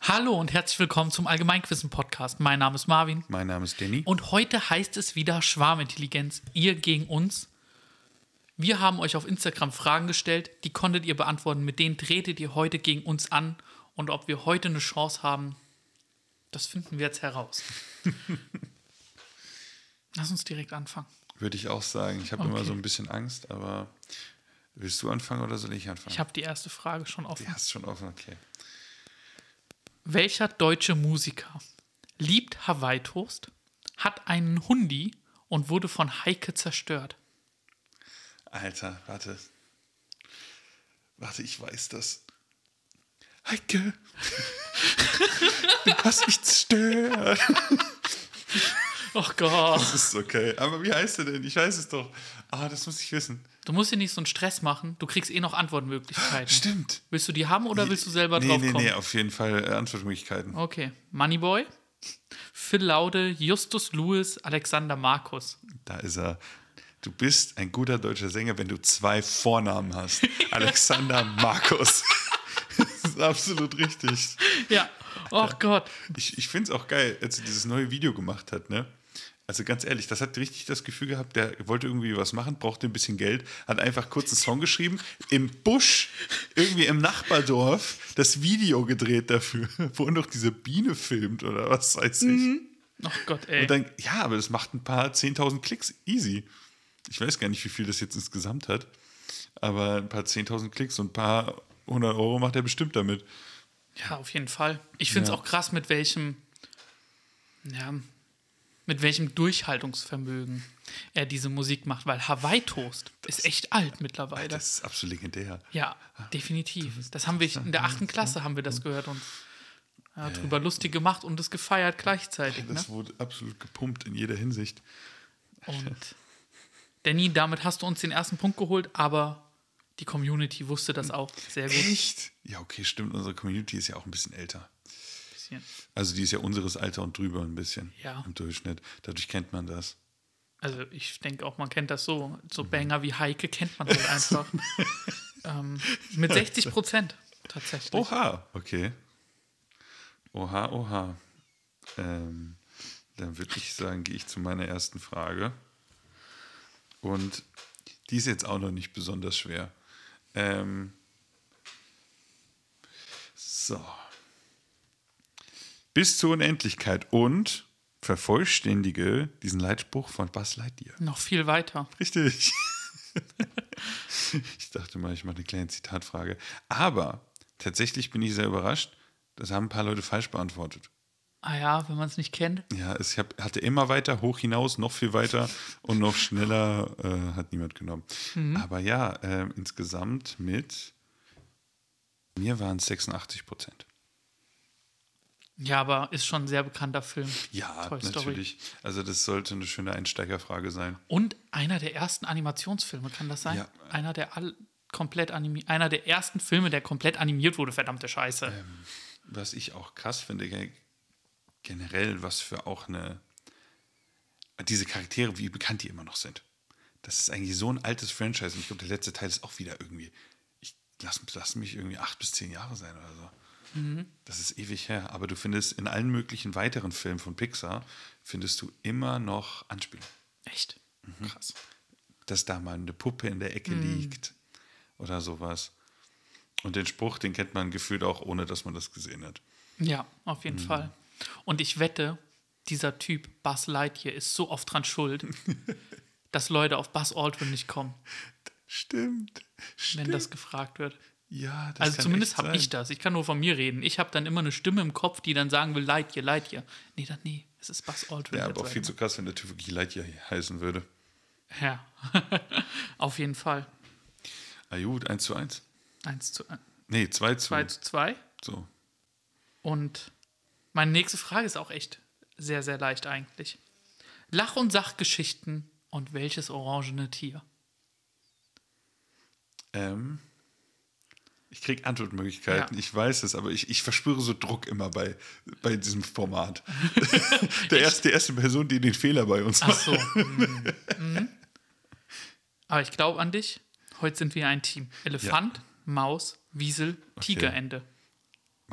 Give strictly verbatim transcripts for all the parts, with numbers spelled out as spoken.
Hallo und herzlich willkommen zum Allgemeinquissen-Podcast. Mein Name ist Marvin. Mein Name ist Danny. Und heute heißt es wieder Schwarmintelligenz. Ihr gegen uns. Wir haben euch auf Instagram Fragen gestellt, die konntet ihr beantworten. Mit denen tretet ihr heute gegen uns an. Und ob wir heute eine Chance haben, das finden wir jetzt heraus. Lass uns direkt anfangen. Würde ich auch sagen. Ich habe Okay. immer so ein bisschen Angst, aber willst du anfangen oder soll ich anfangen? Ich habe die erste Frage schon offen. Die hast du schon offen, okay. Welcher deutsche Musiker liebt Hawaii Toast, hat einen Hundi und wurde von Heike zerstört? Alter, warte. Warte, ich weiß das. Heike, du hast mich zerstört. Oh Gott. Das ist okay. Aber wie heißt er denn? Ich weiß es doch. Ah, das muss ich wissen. Du musst dir nicht so einen Stress machen. Du kriegst eh noch Antwortmöglichkeiten. Stimmt. Willst du die haben oder willst du selber nee, drauf nee, kommen? Nee, auf jeden Fall äh, Antwortmöglichkeiten. Okay. Moneyboy, Phil Laude, Justus Lewis, Alexander Markus. Da ist er. Du bist ein guter deutscher Sänger, wenn du zwei Vornamen hast. Alexander Markus. Das ist absolut richtig. Ja. Oh Gott. Ich, ich finde es auch geil, als er dieses neue Video gemacht hat, ne? Also ganz ehrlich, das hat richtig das Gefühl gehabt, der wollte irgendwie was machen, brauchte ein bisschen Geld, hat einfach kurz einen Song geschrieben, im Busch, irgendwie im Nachbardorf, das Video gedreht dafür, wo er noch diese Biene filmt oder was weiß ich. Mhm. Oh Gott, ey. Und dann, ja, aber das macht ein paar zehntausend Klicks, easy. Ich weiß gar nicht, wie viel das jetzt insgesamt hat, aber ein paar zehntausend Klicks und ein paar hundert Euro macht er bestimmt damit. Ja, auf jeden Fall. Ich finde es Ja. auch krass, mit welchem, ja, mit welchem Durchhaltungsvermögen er diese Musik macht, weil Hawaii Toast ist echt alt mittlerweile. Das ist absolut legendär. Ja, definitiv. Das haben wir in der achten Klasse haben wir das gehört und ja, drüber lustig gemacht und es gefeiert gleichzeitig. Ne? Das wurde absolut gepumpt in jeder Hinsicht. Und Danny, damit hast du uns den ersten Punkt geholt, aber die Community wusste das auch sehr gut. Echt? Ja, okay, stimmt. Unsere Community ist ja auch ein bisschen älter. Bisschen. Also die ist ja unseres Alter und drüber ein bisschen Ja. im Durchschnitt. Dadurch kennt man das. Also ich denke auch, man kennt das so. So Banger wie Heike kennt man halt einfach. ähm, mit sechzig Prozent tatsächlich. Oha, okay. Oha, oha. Ähm, dann würde ich sagen, gehe ich zu meiner ersten Frage. Und die ist jetzt auch noch nicht besonders schwer. Ähm, so. Bis zur Unendlichkeit und vervollständige diesen Leitspruch von Buzz Lightyear. Noch viel weiter. Richtig. Ich dachte mal, ich mache eine kleine Zitatfrage. Aber tatsächlich bin ich sehr überrascht. Das haben ein paar Leute falsch beantwortet. Ah ja, wenn man es nicht kennt. Ja, es, ich hab, hatte immer weiter, hoch hinaus, noch viel weiter und noch schneller äh, hat niemand genommen. Mhm. Aber ja, äh, insgesamt mit mir waren es sechsundachtzig Prozent. Ja, aber ist schon ein sehr bekannter Film. Ja, Toy Story. natürlich. Also das sollte eine schöne Einsteigerfrage sein. Und einer der ersten Animationsfilme, kann das sein? Ja. Einer der all, komplett animi einer der ersten Filme, der komplett animiert wurde, verdammte Scheiße. Ähm, was ich auch krass finde, ge- generell, was für auch eine, diese Charaktere, wie bekannt die immer noch sind. Das ist eigentlich so ein altes Franchise und ich glaube, der letzte Teil ist auch wieder irgendwie, ich lass, lass mich irgendwie acht bis zehn Jahre sein oder so. Das ist ewig her, aber du findest in allen möglichen weiteren Filmen von Pixar, findest du immer noch Anspielungen. Echt? Krass. Dass da mal eine Puppe in der Ecke liegt oder sowas. Und den Spruch, den kennt man gefühlt auch, ohne dass man das gesehen hat. Ja, auf jeden Fall. Und ich wette, dieser Typ, Buzz Lightyear, ist so oft dran schuld, dass Leute auf Buzz Aldrin nicht kommen, Stimmt. Stimmt. wenn das gefragt wird. Ja, das Also kann zumindest echt habe sein. ich das. Ich kann nur von mir reden. Ich habe dann immer eine Stimme im Kopf, die dann sagen will, Lightyear, Lightyear. Nee, dann nee, es ist Buzz Aldrin. Ja, der aber auch Zweite. viel zu krass, wenn der Typ wirklich Lightyear heißen würde. Ja, auf jeden Fall. Ah gut, eins zu eins. Eins zu eins. Nee, zwei zu. zwei zu zwei. So. Und meine nächste Frage ist auch echt sehr, sehr leicht eigentlich. Lach- und Sachgeschichten und welches orangene Tier? Ähm, ich krieg Antwortmöglichkeiten, Ja. ich weiß es, aber ich, ich verspüre so Druck immer bei, bei diesem Format. der erste, die erste Person, die den Fehler bei uns Ach macht. so. mhm. Mhm. Aber ich glaube an dich. Heute sind wir ein Team. Elefant, Maus, Wiesel, Tigerente. Maus.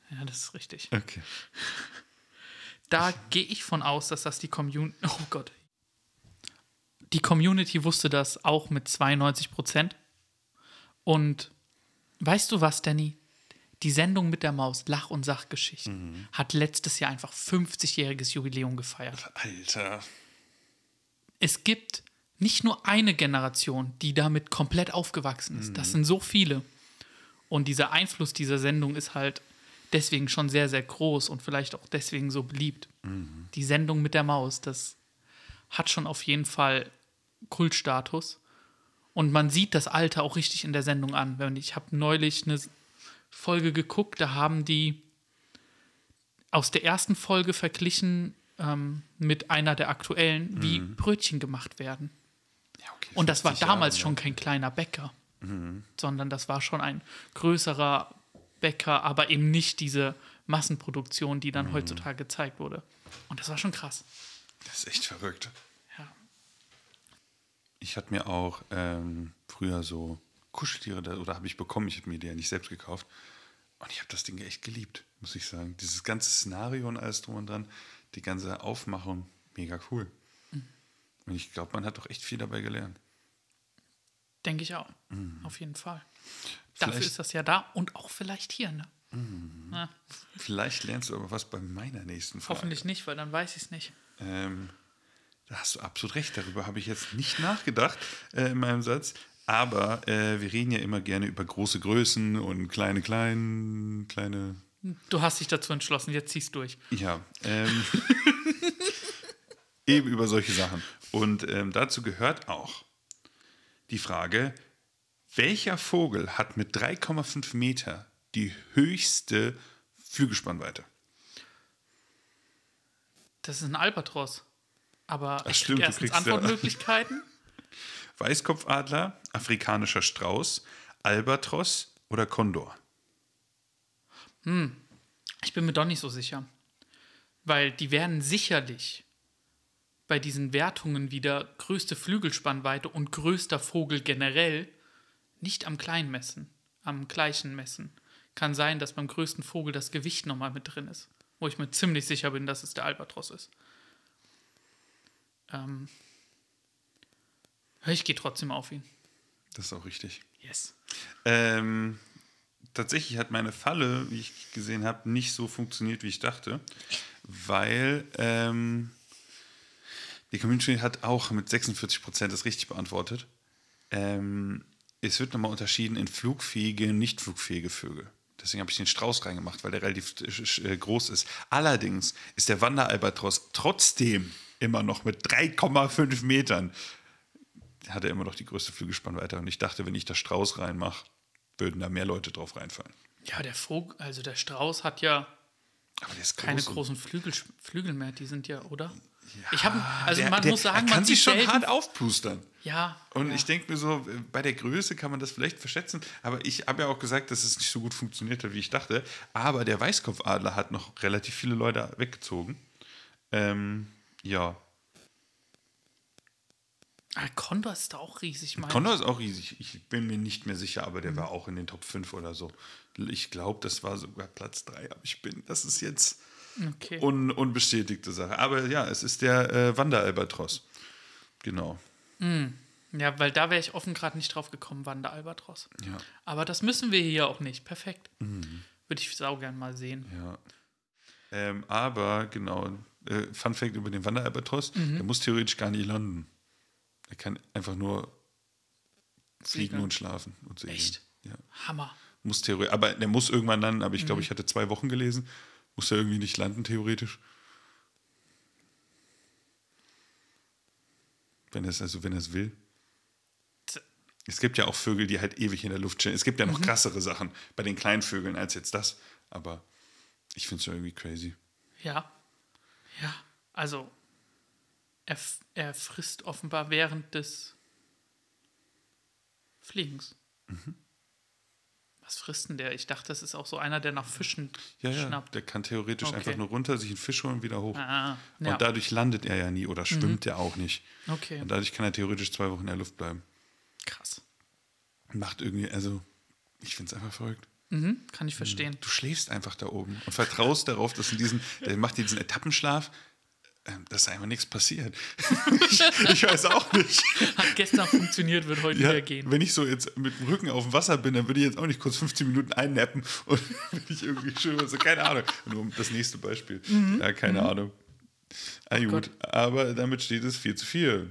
Ja, das ist richtig. Okay. Da gehe ich von aus, dass das die Community. Oh Gott. Die Community wusste das auch mit zweiundneunzig Prozent. Und weißt du was, Danny? Die Sendung mit der Maus, Lach- und Sachgeschichten, mhm. hat letztes Jahr einfach fünfzigjähriges Jubiläum gefeiert. Alter. Es gibt nicht nur eine Generation, die damit komplett aufgewachsen ist. Mhm. Das sind so viele. Und dieser Einfluss dieser Sendung ist halt deswegen schon sehr, sehr groß und vielleicht auch deswegen so beliebt. Mhm. Die Sendung mit der Maus, das hat schon auf jeden Fall Kultstatus. Und man sieht das Alter auch richtig in der Sendung an. Ich habe neulich eine Folge geguckt, da haben die aus der ersten Folge verglichen ähm, mit einer der aktuellen, wie mhm. Brötchen gemacht werden. Ja, okay, und das war damals Jahre, schon kein kleiner Bäcker, mhm. sondern das war schon ein größerer Bäcker, aber eben nicht diese Massenproduktion, die dann mhm. heutzutage gezeigt wurde. Und das war schon krass. Das ist echt verrückt. Ja. Ich hatte mir auch ähm, früher so Kuscheltiere, da, oder habe ich bekommen, ich habe mir die ja nicht selbst gekauft. Und ich habe das Ding echt geliebt, muss ich sagen. Dieses ganze Szenario und alles drum und dran, die ganze Aufmachung, mega cool. Mhm. Und ich glaube, man hat doch echt viel dabei gelernt. Denke ich auch, mhm. auf jeden Fall. Vielleicht, dafür ist das ja da und auch vielleicht hier, ne? Mhm. Ja. Vielleicht lernst du aber was bei meiner nächsten Frage. Hoffentlich nicht, weil dann weiß ich es nicht. Ähm, da hast du absolut recht, darüber habe ich jetzt nicht nachgedacht äh, in meinem Satz. Aber äh, wir reden ja immer gerne über große Größen und kleine, kleine, kleine... Du hast dich dazu entschlossen, jetzt ziehst du durch. Ja, ähm, eben über solche Sachen. Und ähm, dazu gehört auch die Frage, welcher Vogel hat mit drei Komma fünf Meter die höchste Flügelspannweite? Das ist ein Albatros. Aber Ach, ich stimmt, krieg erstens Antwortmöglichkeiten. Ja. Weißkopfadler, afrikanischer Strauß, Albatros oder Kondor? Hm. Ich bin mir doch nicht so sicher. Weil die werden sicherlich bei diesen Wertungen wieder größte Flügelspannweite und größter Vogel generell nicht am Kleinen messen, am gleichen messen. Kann sein, dass beim größten Vogel das Gewicht nochmal mit drin ist. Wo ich mir ziemlich sicher bin, dass es der Albatros ist. Ähm... Ich gehe trotzdem auf ihn. Das ist auch richtig. Yes. Ähm, tatsächlich hat meine Falle, wie ich gesehen habe, nicht so funktioniert, wie ich dachte, weil ähm, die Community hat auch mit sechsundvierzig Prozent das richtig beantwortet. Ähm, es wird nochmal unterschieden in flugfähige und nicht flugfähige Vögel. Deswegen habe ich den Strauß reingemacht, weil der relativ äh, groß ist. Allerdings ist der Wanderalbatros trotzdem immer noch mit drei Komma fünf Metern hat er immer noch die größte Flügelspannweite. Und ich dachte, wenn ich da Strauß reinmache, würden da mehr Leute drauf reinfallen. Ja, der Vogel, also der Strauß hat ja aber der ist keine groß großen Flügel, Flügel mehr. Die sind ja, oder? Ja, ich habe, also der, man der, muss sagen, er kann man sich schon selten, hart aufplustern. Ja. Und ja. ich denke mir so, bei der Größe kann man das vielleicht verschätzen. Aber ich habe ja auch gesagt, dass es nicht so gut funktioniert hat, wie ich dachte. Aber der Weißkopfadler hat noch relativ viele Leute weggezogen. Ähm, ja. Ah, Kondor ist da auch riesig, meine Kondor ist auch riesig. Ich bin mir nicht mehr sicher, aber der mhm. war auch in den Top fünf oder so. Ich glaube, das war sogar Platz drei, aber ich bin, das ist jetzt okay. un, unbestätigte Sache. Aber ja, es ist der äh, Wanderalbatros. Genau. Mhm. Ja, weil da wäre ich offen gerade nicht drauf gekommen, Wanderalbatros. Ja. Aber das müssen wir hier auch nicht. Perfekt. Mhm. Würde ich saugern mal sehen. Ja. Ähm, aber genau, äh, Fun Fact über den Wanderalbatros, mhm. der muss theoretisch gar nicht landen. Er kann einfach nur fliegen Segeln. Und schlafen und segeln. Echt? Ja. Hammer. Muss theoretisch, aber der muss irgendwann landen, aber ich glaube, mhm. ich hatte zwei Wochen gelesen. Muss er irgendwie nicht landen, theoretisch. Wenn er es also, wenn er es will. Z- es gibt ja auch Vögel, die halt ewig in der Luft chillen. Es gibt ja noch mhm. krassere Sachen bei den kleinen Vögeln als jetzt das. Aber ich finde es irgendwie crazy. Ja. Ja. Also Er, er frisst offenbar während des Fliegens. Mhm. Was frisst denn der? Ich dachte, das ist auch so einer, der nach Fischen ja, ja, schnappt. Der kann theoretisch okay. einfach nur runter, sich einen Fisch holen und wieder hoch. Ah, und ja. dadurch landet er ja nie oder schwimmt mhm. er auch nicht. Okay. Und dadurch kann er theoretisch zwei Wochen in der Luft bleiben. Krass. Macht irgendwie, also ich finde es einfach verrückt. Mhm, kann ich verstehen. Du schläfst einfach da oben und vertraust darauf, dass in diesen, der macht dir diesen Etappenschlaf, ähm, dass einfach nichts passiert. ich, ich weiß auch nicht. Hat gestern funktioniert, wird heute Ja, wieder gehen. wenn ich so jetzt mit dem Rücken auf dem Wasser bin, dann würde ich jetzt auch nicht kurz fünfzehn Minuten einnappen und wenn ich irgendwie schön, also keine Ahnung. Nur das nächste Beispiel. Mhm. Ja, keine mhm. Ahnung. Ah, oh gut, Gott. Aber damit steht es vier zu vier.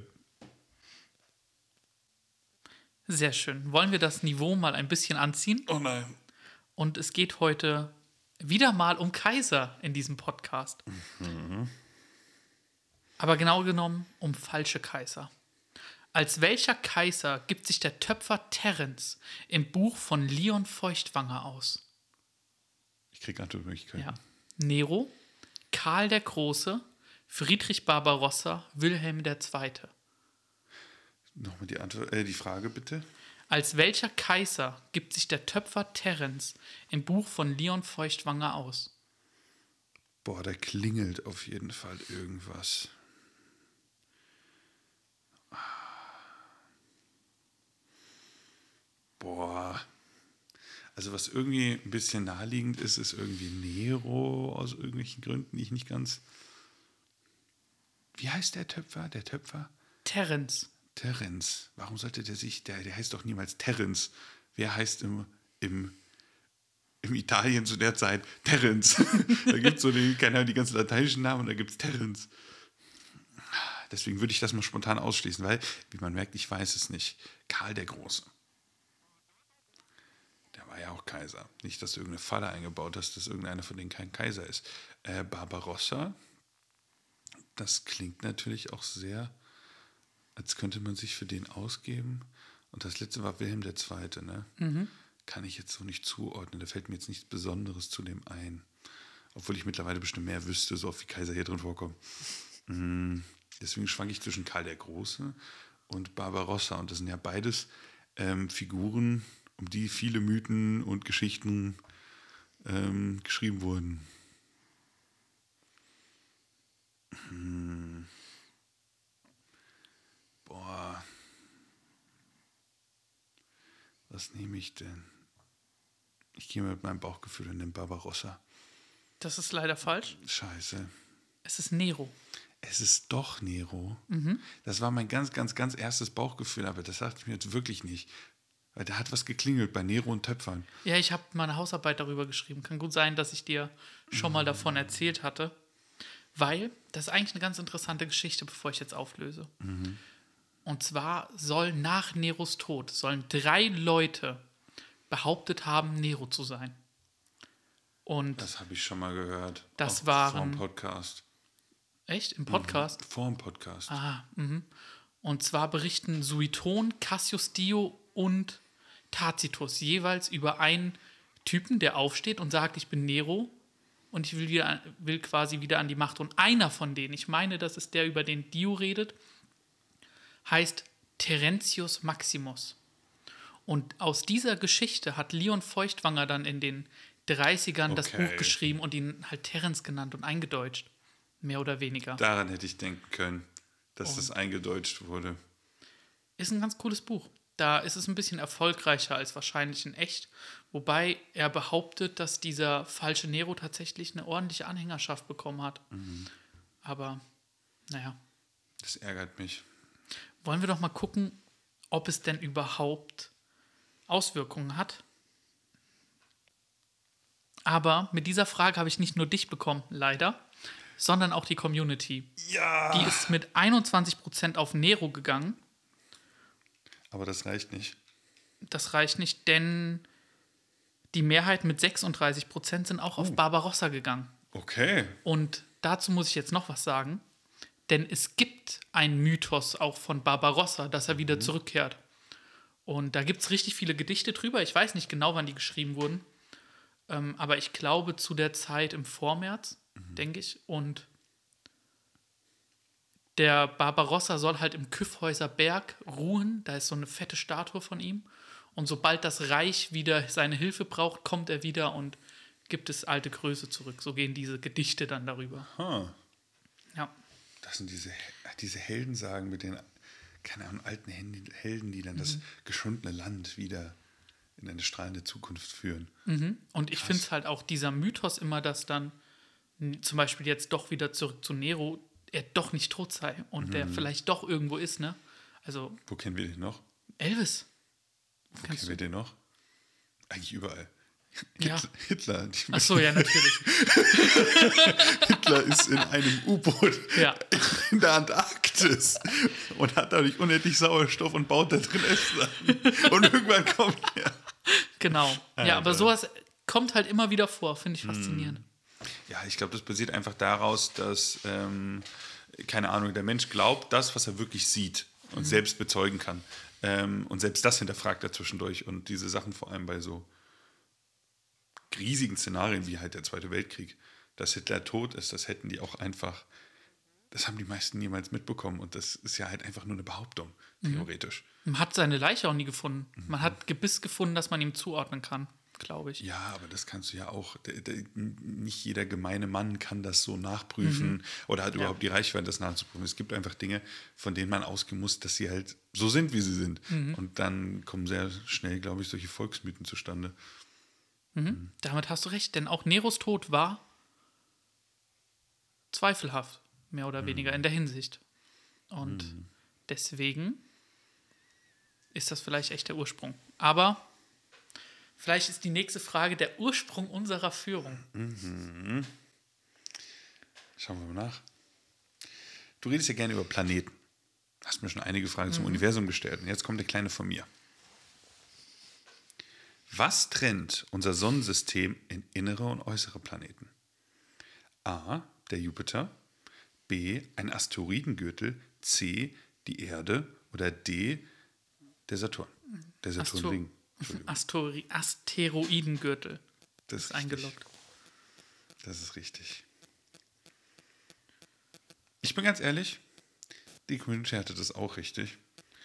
Sehr schön. Wollen wir das Niveau mal ein bisschen anziehen? Oh nein. Und es geht heute wieder mal um Kaiser in diesem Podcast. Mhm. Aber genau genommen um falsche Kaiser. Als welcher Kaiser gibt sich der Töpfer Terence im Buch von Leon Feuchtwanger aus? Ich kriege Antwortmöglichkeiten. Ja. Nero, Karl der Große, Friedrich Barbarossa, Wilhelm der Zweite. Nochmal die Antwort, äh, die Frage bitte. Als welcher Kaiser gibt sich der Töpfer Terence im Buch von Leon Feuchtwanger aus? Boah, da klingelt auf jeden Fall irgendwas. Boah. Also was irgendwie ein bisschen naheliegend ist, ist irgendwie Nero aus irgendwelchen Gründen, die ich nicht ganz... Wie heißt der Töpfer? Der Töpfer? Terence. Terence. Warum sollte der sich... Der, der heißt doch niemals Terence. Wer heißt im, im, im Italien zu der Zeit Terence? Da gibt es so die, keine Ahnung, die ganzen lateinischen Namen und da gibt es Terence. Deswegen würde ich das mal spontan ausschließen, weil, wie man merkt, ich weiß es nicht. Karl der Große. Der war ja auch Kaiser. Nicht, dass du irgendeine Falle eingebaut hast, dass irgendeiner von denen kein Kaiser ist. Äh, Barbarossa, das klingt natürlich auch sehr, als könnte man sich für den ausgeben. Und das letzte war Wilhelm der Zweite, ne? Mhm. Kann ich jetzt so nicht zuordnen. Da fällt mir jetzt nichts Besonderes zu dem ein. Obwohl ich mittlerweile bestimmt mehr wüsste, so oft wie Kaiser hier drin vorkommen. Mhm. Deswegen schwanke ich zwischen Karl der Große und Barbarossa. Und das sind ja beides ähm, Figuren, um die viele Mythen und Geschichten ähm, geschrieben wurden. Hm. Boah. Was nehme ich denn? Ich gehe mit meinem Bauchgefühl in den Barbarossa. Das ist leider falsch. Scheiße. Es ist Nero. Es ist doch Nero. Mhm. Das war mein ganz, ganz, ganz erstes Bauchgefühl, aber das sagte ich mir jetzt wirklich nicht. Weil da hat was geklingelt bei Nero und Töpfern. Ja, ich habe meine Hausarbeit darüber geschrieben. Kann gut sein, dass ich dir schon mal davon erzählt hatte. Weil, das ist eigentlich eine ganz interessante Geschichte, bevor ich jetzt auflöse. Mhm. Und zwar soll nach Neros Tod, sollen drei Leute behauptet haben, Nero zu sein. Und das habe ich schon mal gehört. Das waren... Vor dem Podcast. Echt? Im Podcast? Mhm, vor dem Podcast. Ah, mhm. Und zwar berichten Sueton, Cassius Dio und Tacitus jeweils über einen Typen, der aufsteht und sagt, ich bin Nero und ich will, wieder, will quasi wieder an die Macht. Und einer von denen, ich meine, das ist der, über den Dio redet, heißt Terentius Maximus. Und aus dieser Geschichte hat Leon Feuchtwanger dann in den dreißigern okay. das Buch geschrieben und ihn halt Terence genannt und eingedeutscht. Mehr oder weniger. Daran hätte ich denken können, dass und das eingedeutscht wurde. Ist ein ganz cooles Buch. Da ist es ein bisschen erfolgreicher als wahrscheinlich in echt. Wobei er behauptet, dass dieser falsche Nero tatsächlich eine ordentliche Anhängerschaft bekommen hat. Mhm. Aber, naja. Das ärgert mich. Wollen wir doch mal gucken, ob es denn überhaupt Auswirkungen hat. Aber mit dieser Frage habe ich nicht nur dich bekommen, leider, sondern auch die Community. Ja. Die ist mit einundzwanzig Prozent auf Nero gegangen. Aber das reicht nicht. Das reicht nicht, denn die Mehrheit mit sechsunddreißig Prozent sind auch oh. auf Barbarossa gegangen. Okay. Und dazu muss ich jetzt noch was sagen, denn es gibt einen Mythos auch von Barbarossa, dass er wieder mhm. zurückkehrt. Und da gibt es richtig viele Gedichte drüber. Ich weiß nicht genau, wann die geschrieben wurden, ähm, aber ich glaube zu der Zeit im Vormärz, mhm. denke ich. Und der Barbarossa soll halt im Kyffhäuser Berg ruhen. Da ist so eine fette Statue von ihm. Und sobald das Reich wieder seine Hilfe braucht, kommt er wieder und gibt es alte Größe zurück. So gehen diese Gedichte dann darüber. Huh. Ja. Das sind diese, diese Heldensagen mit den, keine Ahnung, alten Helden, die dann mhm. das geschundene Land wieder in eine strahlende Zukunft führen. Mhm. Und ich finde es halt auch dieser Mythos immer, dass dann n- zum Beispiel jetzt doch wieder zurück zu Nero, er doch nicht tot sei und mhm. der vielleicht doch irgendwo ist, ne? Also Wo kennen wir den noch? Elvis. Wo kennen wir den noch? Eigentlich überall. Ja. Hitler. Ach so, ja, natürlich. Hitler ist in einem U-Boot ja. in der Antarktis und hat dadurch unendlich Sauerstoff und baut da drin Essen an. Und irgendwann kommt er. Genau. Alter. Ja, aber sowas kommt halt immer wieder vor, finde ich faszinierend. Ja, ich glaube, das basiert einfach daraus, dass, ähm, keine Ahnung, der Mensch glaubt, das, was er wirklich sieht und mhm. selbst bezeugen kann. Ähm, und selbst das hinterfragt er zwischendurch. Und diese Sachen vor allem bei so riesigen Szenarien wie halt der Zweite Weltkrieg, dass Hitler tot ist, das hätten die auch einfach, das haben die meisten niemals mitbekommen und das ist ja halt einfach nur eine Behauptung, theoretisch. Man hat seine Leiche auch nie gefunden. Man hat Gebiss gefunden, das man ihm zuordnen kann, glaube ich. Ja, aber das kannst du ja auch, der, der, nicht jeder gemeine Mann kann das so nachprüfen mhm. oder hat ja. überhaupt die Reichweite, das nachzuprüfen. Es gibt einfach Dinge, von denen man ausgehen muss, dass sie halt so sind, wie sie sind. Mhm. Und dann kommen sehr schnell, glaube ich, solche Volksmythen zustande. Mhm. Mhm. Damit hast du recht, denn auch Neros Tod war zweifelhaft, mehr oder mhm. weniger in der Hinsicht. Und mhm. deswegen ist das vielleicht echt der Ursprung. Aber vielleicht ist die nächste Frage der Ursprung unserer Führung. Mhm. Schauen wir mal nach. Du redest ja gerne über Planeten. Hast mir schon einige Fragen mhm. zum Universum gestellt. Und jetzt kommt eine kleine von mir. Was trennt unser Sonnensystem in innere und äußere Planeten? A. Der Jupiter. B. Ein Asteroidengürtel. C. Die Erde. Oder D. Der Saturn. Der Saturnring. Astori- Asteroidengürtel. Das ist eingeloggt. Das ist richtig. Ich bin ganz ehrlich, die Community hatte das auch richtig.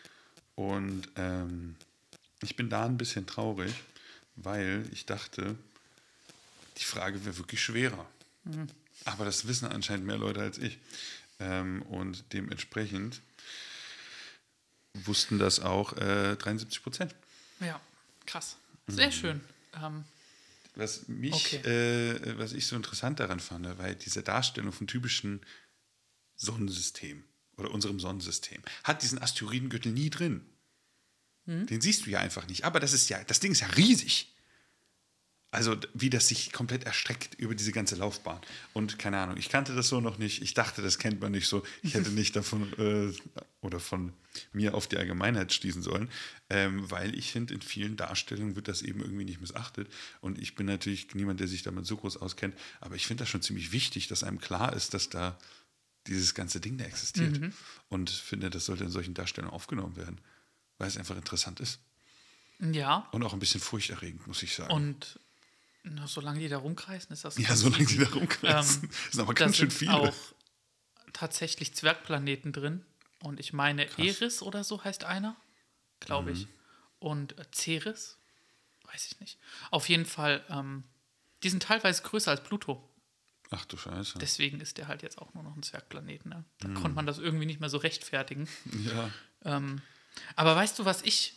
Und ähm, ich bin da ein bisschen traurig, weil ich dachte, die Frage wäre wirklich schwerer. Mhm. Aber das wissen anscheinend mehr Leute als ich. Ähm, und dementsprechend wussten das auch äh, dreiundsiebzig Prozent. Ja, krass. Sehr mhm. schön. Ähm, was, mich, okay. äh, was ich so interessant daran fand, war diese Darstellung vom typischen Sonnensystem oder unserem Sonnensystem. Hat diesen Asteroidengürtel nie drin. Mhm. Den siehst du ja einfach nicht. Aber das ist ja, das Ding ist ja riesig. Also wie das sich komplett erstreckt über diese ganze Laufbahn. Und keine Ahnung, ich kannte das so noch nicht. Ich dachte, das kennt man nicht so. Ich hätte nicht davon äh, oder von mir auf die Allgemeinheit schließen sollen, ähm, weil ich finde, in vielen Darstellungen wird das eben irgendwie nicht missachtet. Und ich bin natürlich niemand, der sich damit so groß auskennt. Aber ich finde das schon ziemlich wichtig, dass einem klar ist, dass da dieses ganze Ding da existiert. Mhm. Und finde, das sollte in solchen Darstellungen aufgenommen werden, weil es einfach interessant ist. Ja. Und auch ein bisschen furchterregend, muss ich sagen. Und na, solange die da rumkreisen, ist das ja, solange die da rumkreisen. Ähm, das sind aber ganz schön viele. Auch tatsächlich Zwergplaneten drin. Und ich meine, Krass. Eris oder so heißt einer, glaube mhm. ich. Und Ceres, weiß ich nicht. Auf jeden Fall, ähm, die sind teilweise größer als Pluto. Ach du Scheiße. Deswegen ist der halt jetzt auch nur noch ein Zwergplanet. Ne? Da mhm. konnte man das irgendwie nicht mehr so rechtfertigen. Ja. Ähm, aber weißt du, was ich,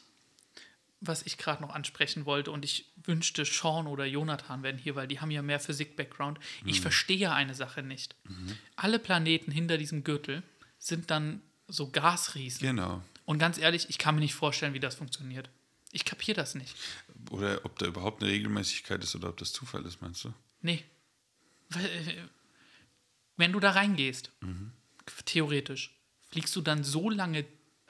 was ich gerade noch ansprechen wollte? Und ich wünschte, Sean oder Jonathan wären hier, weil die haben ja mehr Physik-Background. Mhm. Ich verstehe ja eine Sache nicht. Mhm. Alle Planeten hinter diesem Gürtel sind dann so Gasriesen. Genau. Und ganz ehrlich, ich kann mir nicht vorstellen, wie das funktioniert. Ich kapiere das nicht. Oder ob da überhaupt eine Regelmäßigkeit ist oder ob das Zufall ist, meinst du? Nee. Weil, äh, wenn du da reingehst, mhm. theoretisch, fliegst du dann so lange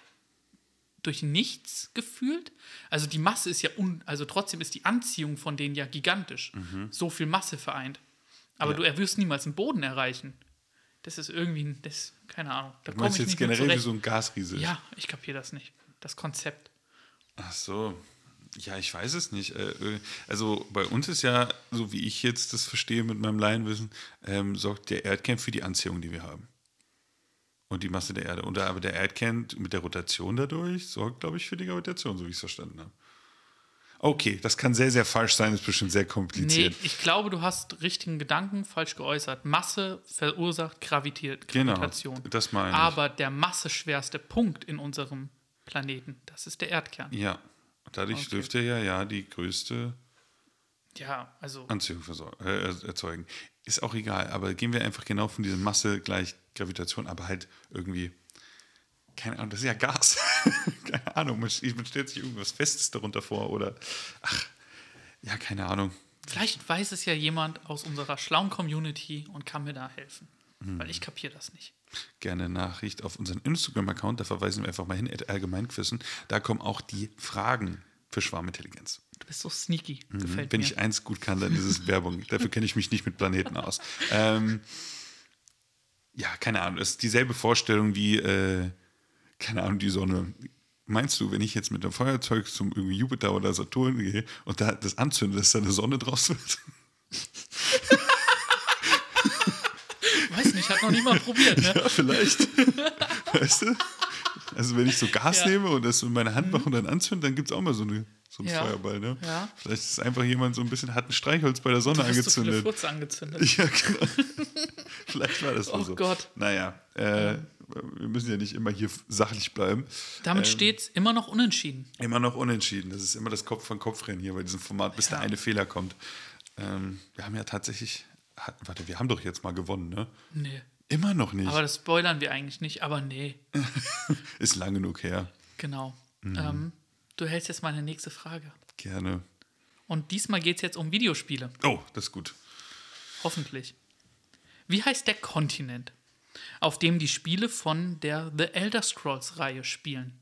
durch nichts gefühlt? Also die Masse ist ja, un, also trotzdem ist die Anziehung von denen ja gigantisch. Mhm. So viel Masse vereint. Aber ja. du wirst niemals den Boden erreichen. Das ist irgendwie, das, keine Ahnung. Da du meinst ich jetzt nicht generell wie so ein Gasriese? Ja, ich kapiere das nicht. Das Konzept. Ach so. Ja, ich weiß es nicht. Also bei uns ist ja, so wie ich jetzt das verstehe mit meinem Laienwissen, ähm, sorgt der Erdkern für die Anziehung, die wir haben. Und die Masse der Erde. Und aber der Erdkern mit der Rotation dadurch sorgt, glaube ich, für die Gravitation, so wie ich es verstanden habe. Okay, das kann sehr, sehr falsch sein, ist bestimmt sehr kompliziert. Nee, ich glaube, du hast richtigen Gedanken falsch geäußert. Masse verursacht Gravitiert, Gravitation. Genau, das meine ich. Aber der masseschwerste Punkt in unserem Planeten, das ist der Erdkern. Ja, Dadurch Okay. dürfte er ja, ja die größte Ja, also Anziehung versor- äh, erzeugen. Ist auch egal, aber gehen wir einfach genau von dieser Masse gleich Gravitation, aber halt irgendwie, keine Ahnung, das ist ja Gas. Keine Ahnung, man, man stellt sich irgendwas Festes darunter vor oder, ach, ja, keine Ahnung. vielleicht weiß es ja jemand aus unserer schlauen Community und kann mir da helfen. Weil ich kapiere das nicht. Gerne Nachricht auf unseren Instagram-Account, da verweisen wir einfach mal hin, at allgemeinquissen. Da kommen auch die Fragen für Schwarmintelligenz. Du bist so sneaky. Gefällt Wenn mir. ich eins gut kann, dann ist es Werbung. Dafür kenne ich mich nicht mit Planeten aus. Ähm, ja, keine Ahnung. Das ist dieselbe Vorstellung wie, äh, keine Ahnung, die Sonne. Meinst du, wenn ich jetzt mit einem Feuerzeug zum irgendwie Jupiter oder Saturn gehe und da das anzünde, dass da eine Sonne draus wird? Weiß nicht, hat noch niemand probiert, ne? Ja, vielleicht. Weißt du? Also wenn ich so Gas Ja. nehme und das so in meine Hand mache und dann anzünde, dann gibt es auch mal so, eine, so einen Ja. Feuerball. Ne? Ja. Vielleicht ist einfach jemand so ein bisschen, hat ein Streichholz bei der Sonne Du hast so viele angezündet. Furze angezündet. Ja, genau. Vielleicht war das wohl Oh so. Gott. Naja, äh, wir müssen ja nicht immer hier sachlich bleiben. Damit Ähm, steht es immer noch unentschieden. Immer noch unentschieden. Das ist immer das Kopf-von-Kopf-Rennen hier bei diesem Format, bis Ja. der eine Fehler kommt. Ähm, wir haben ja tatsächlich, hat, warte, wir haben doch jetzt mal gewonnen, ne? Nee. Immer noch nicht. Aber das spoilern wir eigentlich nicht, aber nee. Ist lang genug her. Genau. Mhm. Ähm, du hältst jetzt meine nächste Frage. Gerne. Und diesmal geht es jetzt um Videospiele. Oh, das ist gut. Hoffentlich. Wie heißt der Kontinent, auf dem die Spiele von der The Elder Scrolls-Reihe spielen?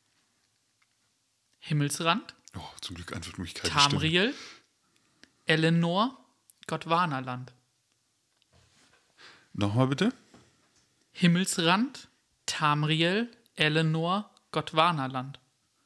Himmelsrand, Oh, zum Glück Antwortmöglichkeit. Tamriel, Eleanor, Gondwanaland. Nochmal bitte? Himmelsrand, Tamriel, Eleanor, Gondwanaland.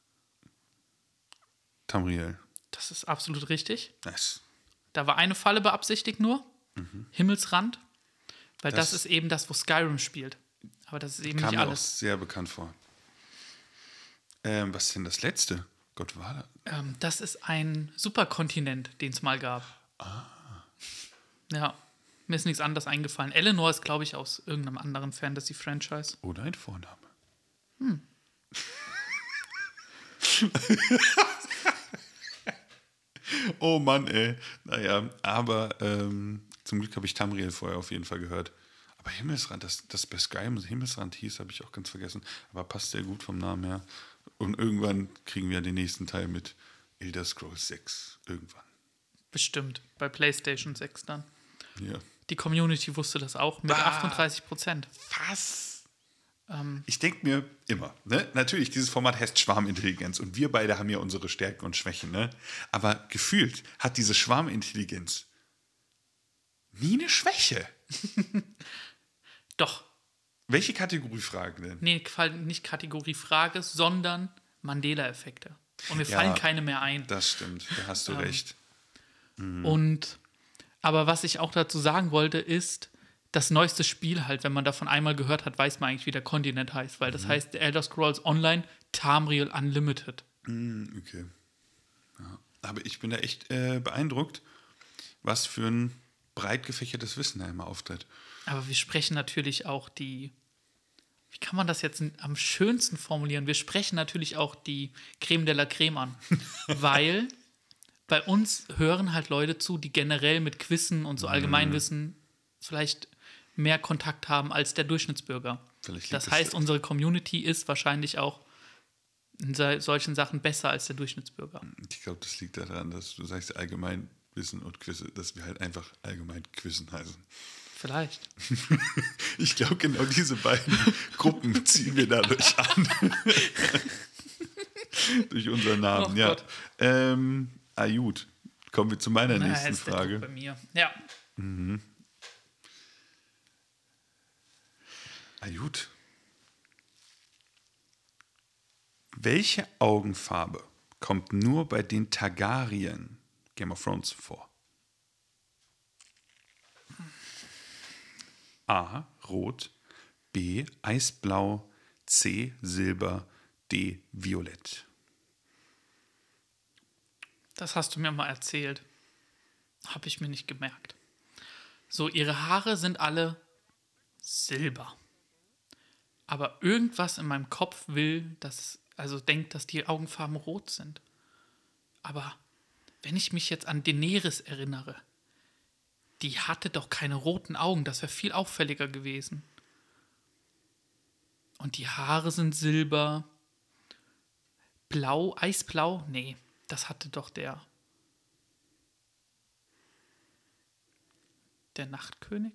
Tamriel. Das ist absolut richtig. Nice. Da war eine Falle beabsichtigt nur. Himmelsrand. Weil das, Das- ist eben das, wo Skyrim spielt. Aber das ist eben Kam nicht mir auch alles. sehr bekannt vor. Ähm, was ist denn das letzte? Gott war da. Ähm, das ist ein Superkontinent, den es mal gab. Ah. Ja, mir ist nichts anderes eingefallen. Eleanor ist, glaube ich, aus irgendeinem anderen Fantasy-Franchise. Oder ein Vorname. Oh Mann, ey. Naja, aber ähm, zum Glück habe ich Tamriel vorher auf jeden Fall gehört. Aber Himmelsrand, das, das bei Skyrim Himmelsrand hieß, habe ich auch ganz vergessen. Aber passt sehr gut vom Namen her. Und irgendwann kriegen wir den nächsten Teil mit Elder Scrolls sechs. Irgendwann. Bestimmt. Bei PlayStation sechs dann. Ja. Die Community wusste das auch mit Ah. achtunddreißig Prozent. Was? Ähm, Ich denke mir immer, ne? Natürlich, dieses Format heißt Schwarmintelligenz und wir beide haben ja unsere Stärken und Schwächen, ne? Aber gefühlt hat diese Schwarmintelligenz nie eine Schwäche. doch. Welche Kategorie fragen denn? Nee, qual- nicht Kategorie Frage, sondern Mandela-Effekte. Und mir Ja. fallen keine mehr ein. Das stimmt, da hast du Ähm, recht. Und aber was ich auch dazu sagen wollte, ist, das neueste Spiel halt, wenn man davon einmal gehört hat, weiß man eigentlich, wie der Kontinent heißt, weil das Mhm. heißt The Elder Scrolls Online Tamriel Unlimited. Hm, okay. Ja. Aber ich bin da echt äh, beeindruckt, was für ein breit gefächertes Wissen da immer auftritt. Aber wir sprechen natürlich auch die, wie kann man das jetzt am schönsten formulieren? Wir sprechen natürlich auch die Creme de la Creme an, weil bei uns hören halt Leute zu, die generell mit Quizzen und so Allgemeinwissen vielleicht mehr Kontakt haben als der Durchschnittsbürger. Vielleicht liegt Das das- heißt, unsere Community ist wahrscheinlich auch in so- solchen Sachen besser als der Durchschnittsbürger. Ich glaube, das liegt daran, dass du sagst Allgemeinwissen und Quizze, dass wir halt einfach allgemein Quizzen heißen. Vielleicht. Ich glaube, genau diese beiden Gruppen ziehen wir dadurch an. Durch unseren Namen, Och ja. Gott. Ähm, ah, gut. Kommen wir zu meiner Na, nächsten ist der Druck Frage. bei mir. Ja. Ah, gut. Welche Augenfarbe kommt nur bei den Targaryen Game of Thrones vor? A. Rot. B. Eisblau. C. Silber. D. Violett. Das hast du mir mal erzählt. Habe ich mir nicht gemerkt. So, ihre Haare sind alle silber. Aber irgendwas in meinem Kopf will, dass, also denkt, dass die Augenfarben rot sind. Aber wenn ich mich jetzt an Daenerys erinnere, die hatte doch keine roten Augen. Das wäre viel auffälliger gewesen. Und die Haare sind silber. Blau, eisblau? Nee, das hatte doch der... Der Nachtkönig?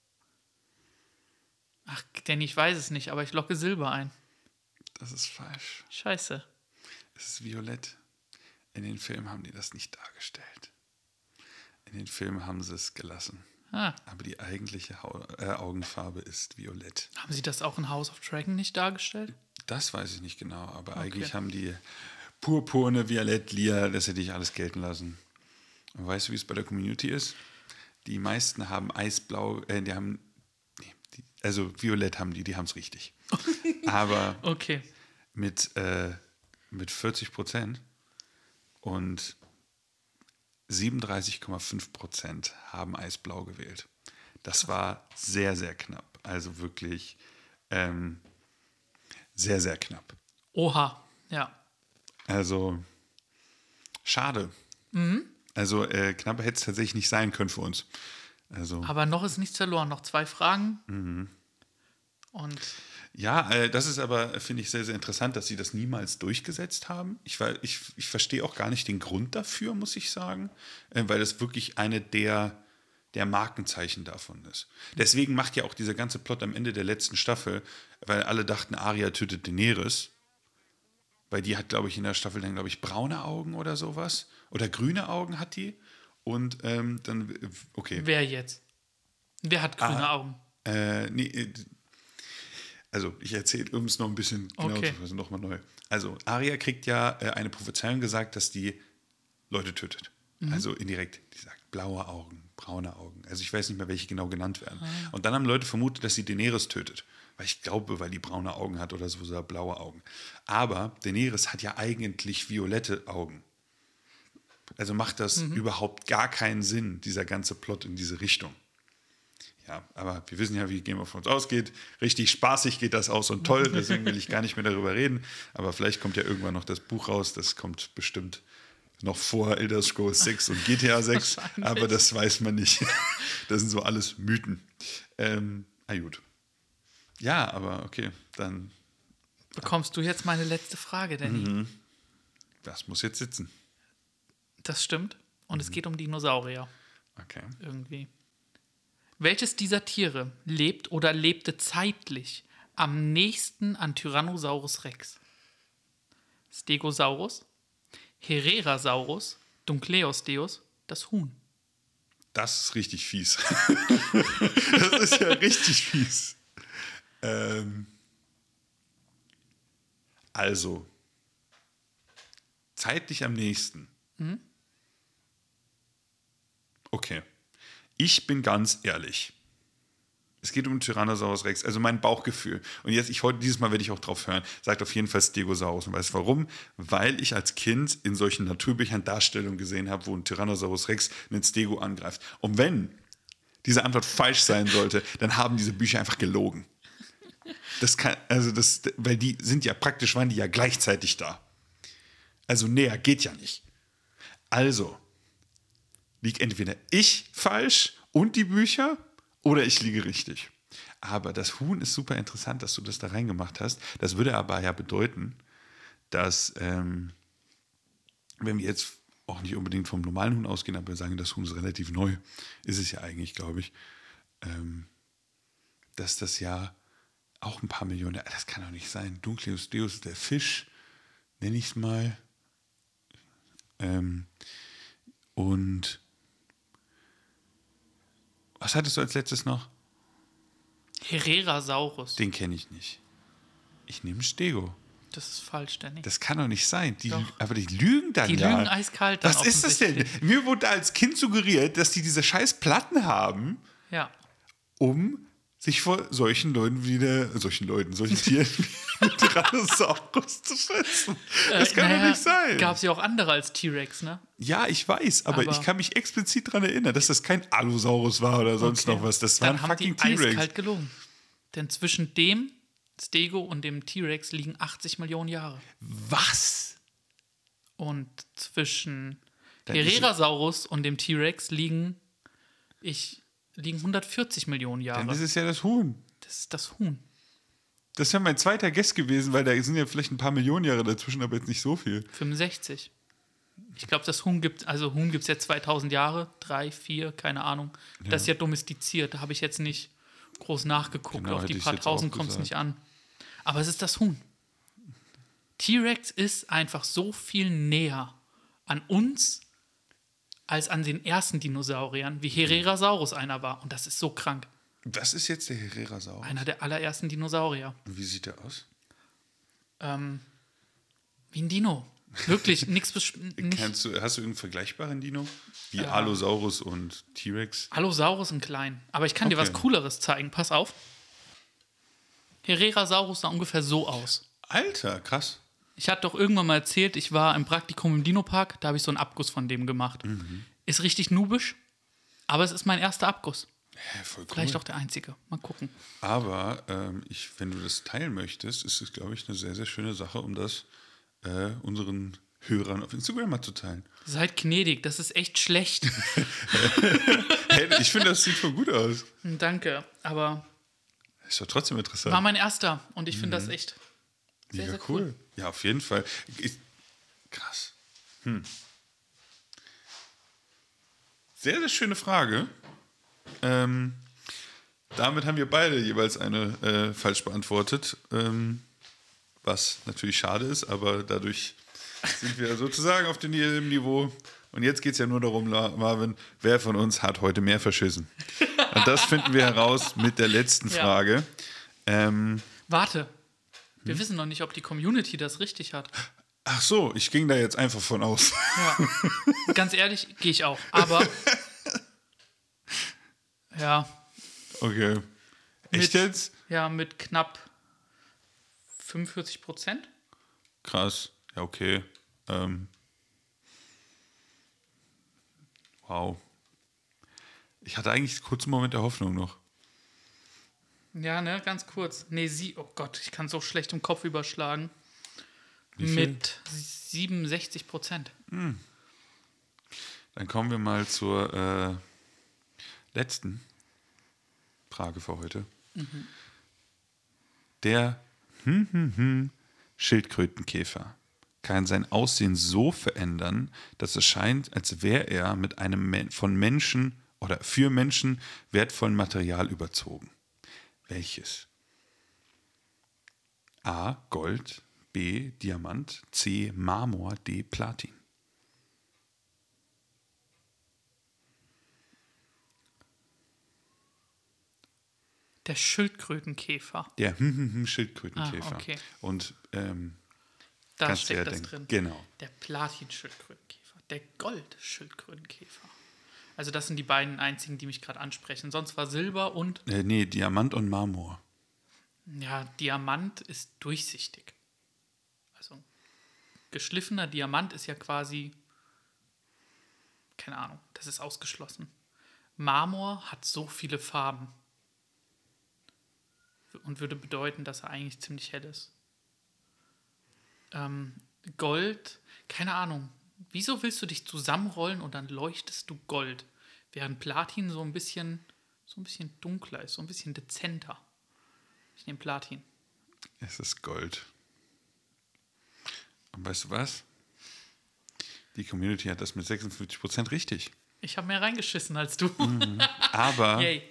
Ach, Danny, ich weiß es nicht, aber ich locke Silber ein. Das ist falsch. Scheiße. Es ist violett. In den Filmen haben die das nicht dargestellt. In den Filmen haben sie es gelassen. Ah. Aber die eigentliche Hau- äh, Augenfarbe ist violett. Haben sie das auch in House of Dragon nicht dargestellt? Das weiß ich nicht genau, aber Okay. eigentlich haben die purpurne, violett, lila, das hätte ich alles gelten lassen. Und weißt du, wie es bei der Community ist? Die meisten haben eisblau, äh, die haben, nee, die, also violett haben die, die haben es richtig. Aber Okay. mit, äh, mit vierzig Prozent und siebenunddreißig Komma fünf Prozent haben eisblau gewählt. Das war sehr, sehr knapp. Also wirklich ähm, sehr, sehr knapp. Oha, ja. Also schade. Mhm. Also äh, knapper hätte es tatsächlich nicht sein können für uns. Also Aber noch ist nichts verloren. Noch zwei Fragen. Mhm. Und ja, äh, das ist aber, finde ich, sehr, sehr interessant, dass sie das niemals durchgesetzt haben. Ich, war- ich, ich verstehe auch gar nicht den Grund dafür, muss ich sagen, äh, weil das wirklich eine der, der Markenzeichen davon ist. Deswegen macht ja auch dieser ganze Plot am Ende der letzten Staffel, weil alle dachten, Arya tötet Daenerys. Weil die hat, glaube ich, in der Staffel dann, glaube ich, braune Augen oder sowas. Oder grüne Augen hat die. Und ähm, dann, äh, okay. wer jetzt? Wer hat grüne Ah. Augen? Äh, nee, äh, also ich erzähle, um es noch ein bisschen genau Okay. zu fassen, nochmal neu. Also Arya kriegt ja äh, eine Prophezeiung gesagt, dass die Leute tötet. Also indirekt, die sagt blaue Augen, braune Augen. Also ich weiß nicht mehr, welche genau genannt werden. Und dann haben Leute vermutet, dass sie Daenerys tötet. Weil ich glaube, weil die braune Augen hat oder so, so blaue Augen. Aber Daenerys hat ja eigentlich violette Augen. Also macht das überhaupt gar keinen Sinn, dieser ganze Plot in diese Richtung. Ja, aber wir wissen ja, wie Game of Thrones ausgeht. Richtig spaßig geht das aus und toll, deswegen will ich gar nicht mehr darüber reden. Aber vielleicht kommt ja irgendwann noch das Buch raus, das kommt bestimmt noch vor Elder Scrolls sechs und G T A sechs, Wahrscheinlich. aber das weiß man nicht. Das sind so alles Mythen. Ähm, na gut. Ja, aber okay, dann, Bekommst du jetzt meine letzte Frage, Danny? das muss jetzt sitzen. Das stimmt. Und es geht um Dinosaurier. Okay. Irgendwie. Welches dieser Tiere lebt oder lebte zeitlich am nächsten an Tyrannosaurus Rex? Stegosaurus, Herrerasaurus, Dunkleosteus, das Huhn. Das ist richtig fies. Das ist ja richtig fies. Ähm, also, zeitlich am nächsten. Okay. Ich bin ganz ehrlich. Es geht um Tyrannosaurus Rex, also mein Bauchgefühl. Und jetzt, ich heute, dieses Mal werde ich auch drauf hören, sagt auf jeden Fall Stegosaurus. Und weißt du warum? Weil ich als Kind in solchen Naturbüchern Darstellungen gesehen habe, wo ein Tyrannosaurus Rex einen Stego angreift. Und wenn diese Antwort falsch sein sollte, dann haben diese Bücher einfach gelogen. Das kann, also das, weil die sind ja praktisch, waren die ja gleichzeitig da. Also näher geht ja nicht. Also liegt entweder ich falsch und die Bücher oder ich liege richtig. Aber das Huhn ist super interessant, dass du das da reingemacht hast. Das würde aber ja bedeuten, dass, ähm, wenn wir jetzt auch nicht unbedingt vom normalen Huhn ausgehen, aber wir sagen, das Huhn ist relativ neu, ist es ja eigentlich, glaube ich, ähm, dass das ja auch ein paar Millionen, das kann doch nicht sein. Dunkleosteus, der Fisch, nenne ich es mal. Ähm, und was hattest du als letztes noch? Herrerasaurus. Den kenne ich nicht. Ich nehme Stego. Das ist falsch, Danny. Das kann doch nicht sein. Die, Doch. aber die lügen dann Die ja. lügen eiskalt dann Was ist das denn? offensichtlich. Mir wurde als Kind suggeriert, dass die diese scheiß Platten haben, Ja. um sich vor solchen Leuten wie der, solchen Leuten, solchen Tieren wie der Tyrannosaurus zu schützen. Das kann doch nicht sein. Gab es ja auch andere als T-Rex, ne? Ja, ich weiß, aber, Aber- ich kann mich explizit daran erinnern, dass das kein Allosaurus war oder sonst Okay. noch was. Das war Dann ein haben fucking die T-Rex. eiskalt gelogen. Denn zwischen dem Stego und dem T-Rex liegen achtzig Millionen Jahre. Was? Und zwischen Dann ist- Herrerasaurus und dem T-Rex liegen, ich, liegen hundertvierzig Millionen Dann Jahre. ist es ja das Huhn. Das ist das Huhn. Das wäre mein zweiter Guess gewesen, weil da sind ja vielleicht ein paar Millionen Jahre dazwischen, aber jetzt nicht so viel. fünfundsechzig. Ich glaube, das Huhn gibt, also Huhn gibt es jetzt zweitausend Jahre, drei, vier, keine Ahnung. Das ist ja domestiziert, da habe ich jetzt nicht groß nachgeguckt. Genau, Auf die hätte ich paar jetzt auch tausend kommt es gesagt. nicht an. Aber es ist das Huhn. T-Rex ist einfach so viel näher an uns als an den ersten Dinosauriern, wie Herrerasaurus einer war. Und das ist so krank. Das ist jetzt der Herrerasaurus. Einer der allerersten Dinosaurier. Und wie sieht der aus? Ähm, wie ein Dino. Wirklich, nichts. Nicht. Kannst du, hast du irgendeinen vergleichbaren Dino? Wie Allosaurus und T-Rex? Allosaurus in klein. Aber ich kann dir Okay. was Cooleres zeigen. Pass auf. Herrerasaurus sah ungefähr so aus. Alter, krass. Ich hatte doch irgendwann mal erzählt, ich war im Praktikum im Dinopark, da habe ich so einen Abguss von dem gemacht. Mhm. Ist richtig nubisch, aber es ist mein erster Abguss. Ja, voll cool. Vielleicht auch der einzige. Mal gucken. Aber ähm, ich, wenn du das teilen möchtest, ist es, glaube ich, eine sehr, sehr schöne Sache, um das äh, unseren Hörern auf Instagram mal zu teilen. Seid gnädig, das ist echt schlecht. Hey, ich finde, das sieht voll gut aus. Danke, aber Ist doch trotzdem interessant. war mein erster und ich finde das echt sehr, ja, sehr cool. cool. Ja, auf jeden Fall. Ich, krass. Hm. Sehr, sehr schöne Frage. Ähm, damit haben wir beide jeweils eine äh, falsch beantwortet. Ähm, was natürlich schade ist, aber dadurch sind wir sozusagen auf dem Niveau. Und jetzt geht es ja nur darum, Marvin, wer von uns hat heute mehr verschissen? Und das finden wir heraus mit der letzten Ja. Frage. Ähm, Warte, Hm? wir wissen noch nicht, ob die Community das richtig hat. ach so, ich ging da jetzt einfach von aus. Ja. Ganz ehrlich, gehe ich auch. Aber ja, Okay. Echt Mit- jetzt? ja, mit knapp fünfundvierzig Prozent. Krass. Ja, okay. Ähm. Wow. Ich hatte eigentlich kurz einen Moment der Hoffnung noch. Ja, ne, ganz kurz. Nee, sie, oh Gott, ich kann so schlecht im Kopf überschlagen. Wie viel? Mit siebenundsechzig Prozent. Dann kommen wir mal zur äh, letzten Frage für heute. Mhm. Der hm, hm, hm, Schildkrötenkäfer kann sein Aussehen so verändern, dass es scheint, als wäre er mit einem Men- von Menschen oder für Menschen wertvollen Material überzogen. Welches? A. Gold, B. Diamant, C. Marmor, D. Platin. Der Schildkrötenkäfer. Der hm, hm, hm, Schildkrötenkäfer. Ah, okay. Und ähm, Da kannst du steckt ja das denken. drin. Genau. Der Platin-Schildkrötenkäfer. Der Gold-Schildkrötenkäfer. Also das sind die beiden einzigen, die mich gerade ansprechen. Sonst war Silber und, Äh, nee, Diamant und Marmor. ja, Diamant ist durchsichtig. Also geschliffener Diamant ist ja quasi, keine Ahnung, das ist ausgeschlossen. Marmor hat so viele Farben und würde bedeuten, dass er eigentlich ziemlich hell ist. Ähm, Gold, keine Ahnung. Wieso willst du dich zusammenrollen und dann leuchtest du Gold, während Platin so ein bisschen, so ein bisschen dunkler ist, so ein bisschen dezenter. Ich nehme Platin. Es ist Gold. Und weißt du was? Die Community hat das mit sechsundfünfzig Prozent richtig. Ich habe mehr reingeschissen als du. Aber, Yay.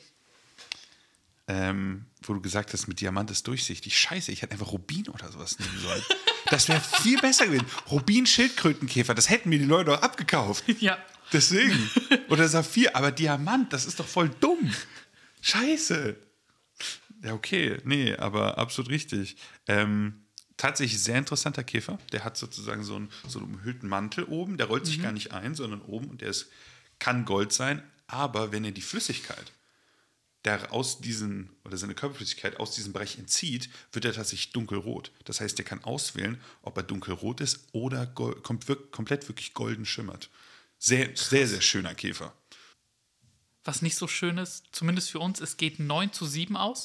ähm, wo du gesagt hast, mit Diamant ist durchsichtig. Scheiße, ich hätte einfach Rubin oder sowas nehmen sollen. Das wäre viel besser gewesen. Rubin, Schildkrötenkäfer, das hätten mir die Leute auch abgekauft. Ja. Deswegen. Oder Saphir, aber Diamant, das ist doch voll dumm. Scheiße. Ja, okay. Nee, aber absolut richtig. Ähm, tatsächlich sehr interessanter Käfer. Der hat sozusagen so einen, so einen umhüllten Mantel oben. Der rollt sich Mhm. gar nicht ein, sondern oben. Und der ist, kann Gold sein. Aber wenn er die Flüssigkeit der aus diesen, oder seine Körperflüssigkeit aus diesem Bereich entzieht, wird er tatsächlich dunkelrot. Das heißt, er kann auswählen, ob er dunkelrot ist oder gol- kom wirk- komplett wirklich golden schimmert. Sehr, sehr, sehr schöner Käfer. Was nicht so schön ist, zumindest für uns, es geht neun zu sieben aus.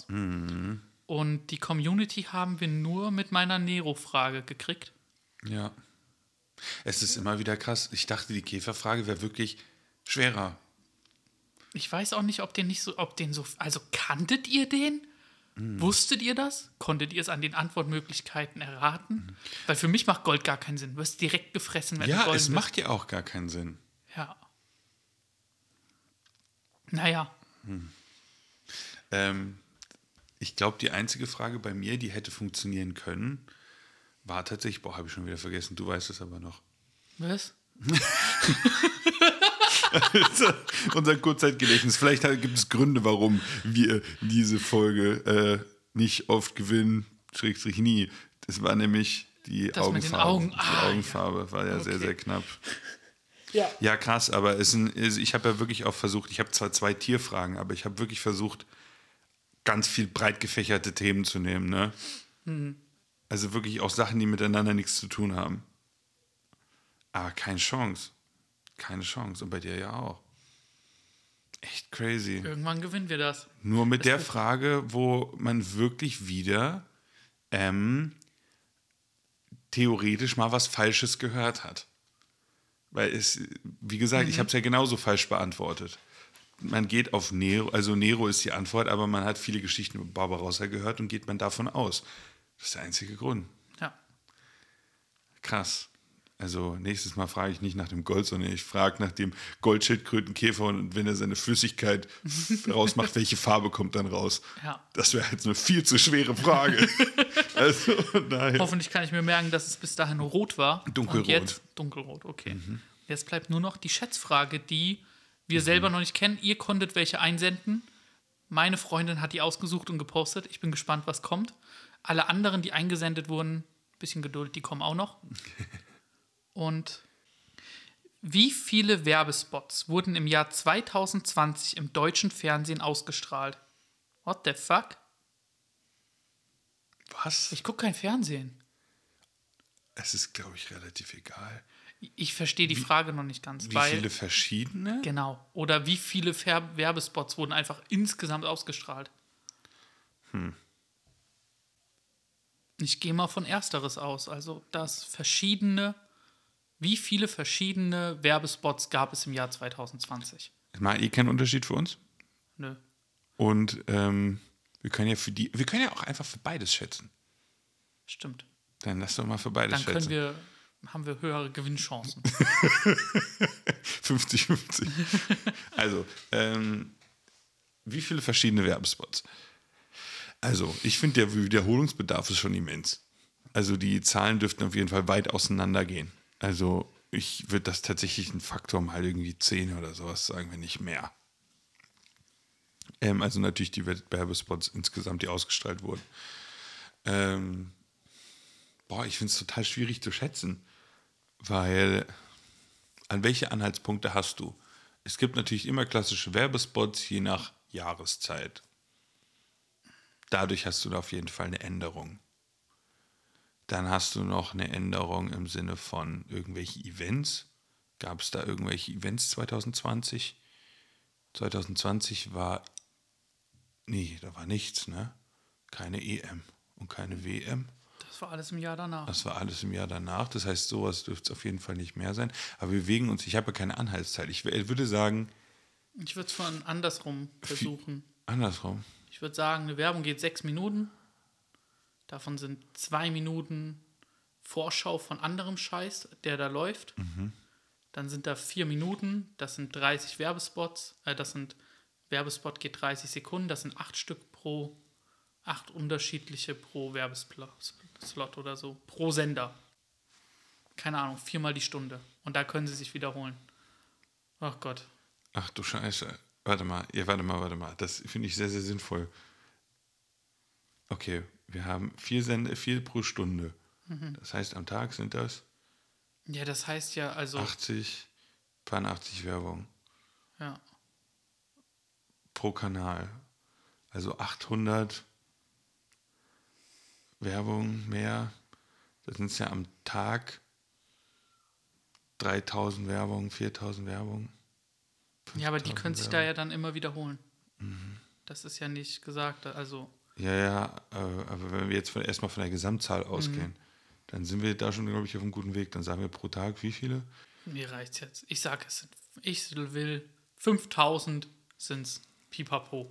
Und die Community haben wir nur mit meiner Nero-Frage gekriegt. Ja. Es ist immer wieder krass. Ich dachte, die Käferfrage wäre wirklich schwerer. Ich weiß auch nicht, ob den nicht so, ob den so, also kanntet ihr den? Mm. Wusstet ihr das? Konntet ihr es an den Antwortmöglichkeiten erraten? Mm. Weil für mich macht Gold gar keinen Sinn. Du wirst direkt gefressen, wenn ja, du Gold es bist. macht ja auch gar keinen Sinn. Ja. Naja. Hm. Ähm, ich glaube, die einzige Frage bei mir, die hätte funktionieren können, war tatsächlich, boah, habe ich schon wieder vergessen, du weißt es aber noch. Was? Unser Kurzzeitgedächtnis. Vielleicht gibt es Gründe, warum wir diese Folge äh, nicht oft gewinnen, Schrägstrich nie. Das war nämlich die das Augenfarbe. Mit den Augen. Die ah, Augenfarbe ja. war ja okay. sehr, sehr knapp. Ja, ja krass, aber es sind, ich habe ja wirklich auch versucht, ich habe zwar zwei Tierfragen, aber ich habe wirklich versucht, ganz viel breit gefächerte Themen zu nehmen. Ne? Mhm. Also wirklich auch Sachen, die miteinander nichts zu tun haben. Aber keine Chance. Keine Chance. Und bei dir ja auch. Echt crazy. Irgendwann gewinnen wir das. Nur mit das der Frage, wo man wirklich wieder ähm, theoretisch mal was Falsches gehört hat. Weil es, wie gesagt, mhm. ich habe es ja genauso falsch beantwortet. Man geht auf Nero, also Nero ist die Antwort, aber man hat viele Geschichten über Barbarossa gehört und geht man davon aus. Das ist der einzige Grund. Ja. Krass. Also nächstes Mal frage ich nicht nach dem Gold, sondern ich frage nach dem Goldschildkrötenkäfer und wenn er seine Flüssigkeit rausmacht, welche Farbe kommt dann raus? Ja. Das wäre jetzt eine viel zu schwere Frage. also, daher. Hoffentlich kann ich mir merken, dass es bis dahin rot war. Dunkelrot. Und jetzt dunkelrot, okay. Mhm. Jetzt bleibt nur noch die Schätzfrage, die wir mhm. selber noch nicht kennen. Ihr konntet welche einsenden. Meine Freundin hat die ausgesucht und gepostet. Ich bin gespannt, was kommt. Alle anderen, die eingesendet wurden, bisschen Geduld, die kommen auch noch. Und wie viele Werbespots wurden im Jahr zwanzig zwanzig im deutschen Fernsehen ausgestrahlt? What the fuck? Was? Ich gucke kein Fernsehen. Es ist, glaube ich, relativ egal. Ich verstehe die wie, Frage noch nicht ganz. Wie weil, viele verschiedene? Genau. Oder wie viele Ver- Werbespots wurden einfach insgesamt ausgestrahlt? Hm. Ich gehe mal von Ersteres aus. Also, dass verschiedene... Wie viele verschiedene Werbespots gab es im Jahr zwanzig zwanzig? Mal eh kein Unterschied für uns. Nö. Und ähm, wir können ja für die, wir können ja auch einfach für beides schätzen. Stimmt. Dann lass doch mal für beides Dann schätzen. können wir, haben wir höhere Gewinnchancen. fünfzig fünfzig. Also, ähm, wie viele verschiedene Werbespots? Also, ich finde, der Wiederholungsbedarf ist schon immens. Also, die Zahlen dürften auf jeden Fall weit auseinander gehen. Also ich würde das tatsächlich ein Faktor mal irgendwie zehn oder sowas sagen, wenn nicht mehr. Ähm, also natürlich die Werbespots insgesamt, die ausgestrahlt wurden. Ähm, boah, ich finde es total schwierig zu schätzen, weil an welche Anhaltspunkte hast du? Es gibt natürlich immer klassische Werbespots, je nach Jahreszeit. Dadurch hast du da auf jeden Fall eine Änderung. Dann hast du noch eine Änderung im Sinne von irgendwelche Events. Gab es da irgendwelche Events zwanzig zwanzig? zwanzig zwanzig war, nee, da war nichts, ne? Keine E M und keine W M. Das war alles im Jahr danach. Das war alles im Jahr danach. Das heißt, sowas dürfte es auf jeden Fall nicht mehr sein. Aber wir bewegen uns, ich habe ja keine Anhaltszeit. Ich würde sagen... Ich würde es von andersrum versuchen. Andersrum? Ich würde sagen, eine Werbung geht sechs Minuten. Davon sind zwei Minuten Vorschau von anderem Scheiß, der da läuft. Mhm. Dann sind da vier Minuten, das sind dreißig Werbespots. Äh, das sind, Werbespot geht dreißig Sekunden, das sind acht Stück pro, acht unterschiedliche pro Werbeslot oder so, pro Sender. Keine Ahnung, viermal die Stunde. Und da können sie sich wiederholen. Ach Gott. Ach du Scheiße. Warte mal, ja, warte mal, warte mal. Das finde ich sehr, sehr sinnvoll. Okay, wir haben vier Sende, vier pro Stunde. Mhm. Das heißt, am Tag sind das? Ja, das heißt ja also... achtzig, achtzig Werbung. Ja. Pro Kanal. Also achthundert Werbung mehr. Das sind ja am Tag dreitausend Werbung, viertausend Werbung. Ja, aber die können sich Werbung. Da ja dann immer wiederholen. Mhm. Das ist ja nicht gesagt, also... Ja, ja, aber wenn wir jetzt von, erstmal von der Gesamtzahl ausgehen, mhm. Dann sind wir da schon, glaube ich, auf einem guten Weg. Dann sagen wir pro Tag wie viele? Mir reicht's jetzt. Ich sage es. sind- Ich will fünftausend sind's. Pipapo.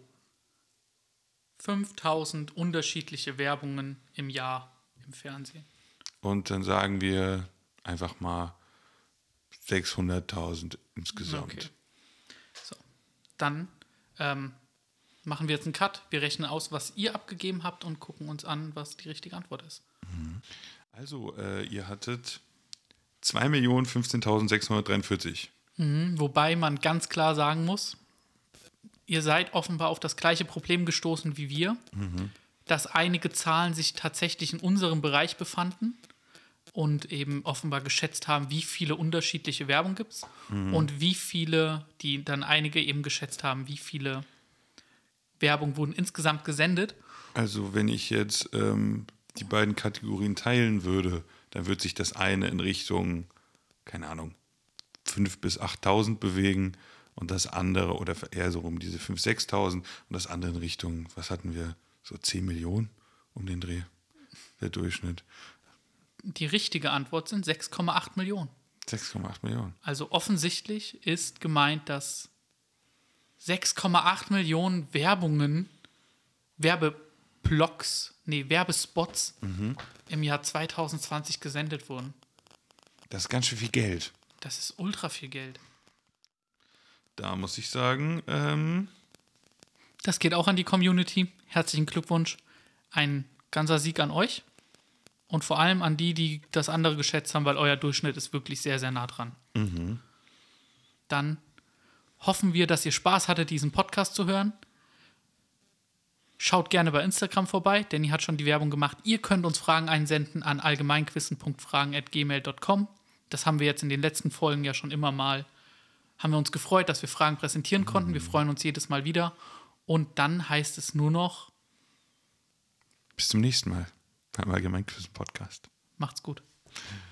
fünftausend unterschiedliche Werbungen im Jahr im Fernsehen. Und dann sagen wir einfach mal sechshunderttausend insgesamt. Okay. So. Dann ähm, machen wir jetzt einen Cut. Wir rechnen aus, was ihr abgegeben habt und gucken uns an, was die richtige Antwort ist. Also, äh, ihr hattet zwei Millionen fünfzehntausendsechshundertdreiundvierzig. Mhm, wobei man ganz klar sagen muss, ihr seid offenbar auf das gleiche Problem gestoßen wie wir, mhm. dass einige Zahlen sich tatsächlich in unserem Bereich befanden und eben offenbar geschätzt haben, wie viele unterschiedliche Werbung gibt es mhm. und wie viele, die dann einige eben geschätzt haben, wie viele Werbung wurden insgesamt gesendet. Also wenn ich jetzt ähm, die beiden Kategorien teilen würde, dann würde sich das eine in Richtung, keine Ahnung, fünftausend bis achttausend bewegen und das andere, oder eher so um diese fünftausend, sechstausend und das andere in Richtung, was hatten wir, so zehn Millionen um den Dreh, der Durchschnitt. Die richtige Antwort sind sechs Komma acht Millionen. sechs Komma acht Millionen. Also offensichtlich ist gemeint, dass sechs Komma acht Millionen Werbungen, Werbeblocks, nee, Werbespots mhm. im Jahr zwanzig zwanzig gesendet wurden. Das ist ganz schön viel Geld. Das ist ultra viel Geld. Da muss ich sagen, ähm das geht auch an die Community. Herzlichen Glückwunsch. Ein ganzer Sieg an euch. Und vor allem an die, die das andere geschätzt haben, weil euer Durchschnitt ist wirklich sehr, sehr nah dran. Mhm. Dann hoffen wir, dass ihr Spaß hattet, diesen Podcast zu hören. Schaut gerne bei Instagram vorbei, Danny hat schon die Werbung gemacht. Ihr könnt uns Fragen einsenden an allgemeinquissen punkt fragen at gmail punkt com. Das haben wir jetzt in den letzten Folgen ja schon immer mal. Haben wir uns gefreut, dass wir Fragen präsentieren konnten. Wir freuen uns jedes Mal wieder. Und dann heißt es nur noch: Bis zum nächsten Mal beim Allgemeinquissen Podcast. Macht's gut.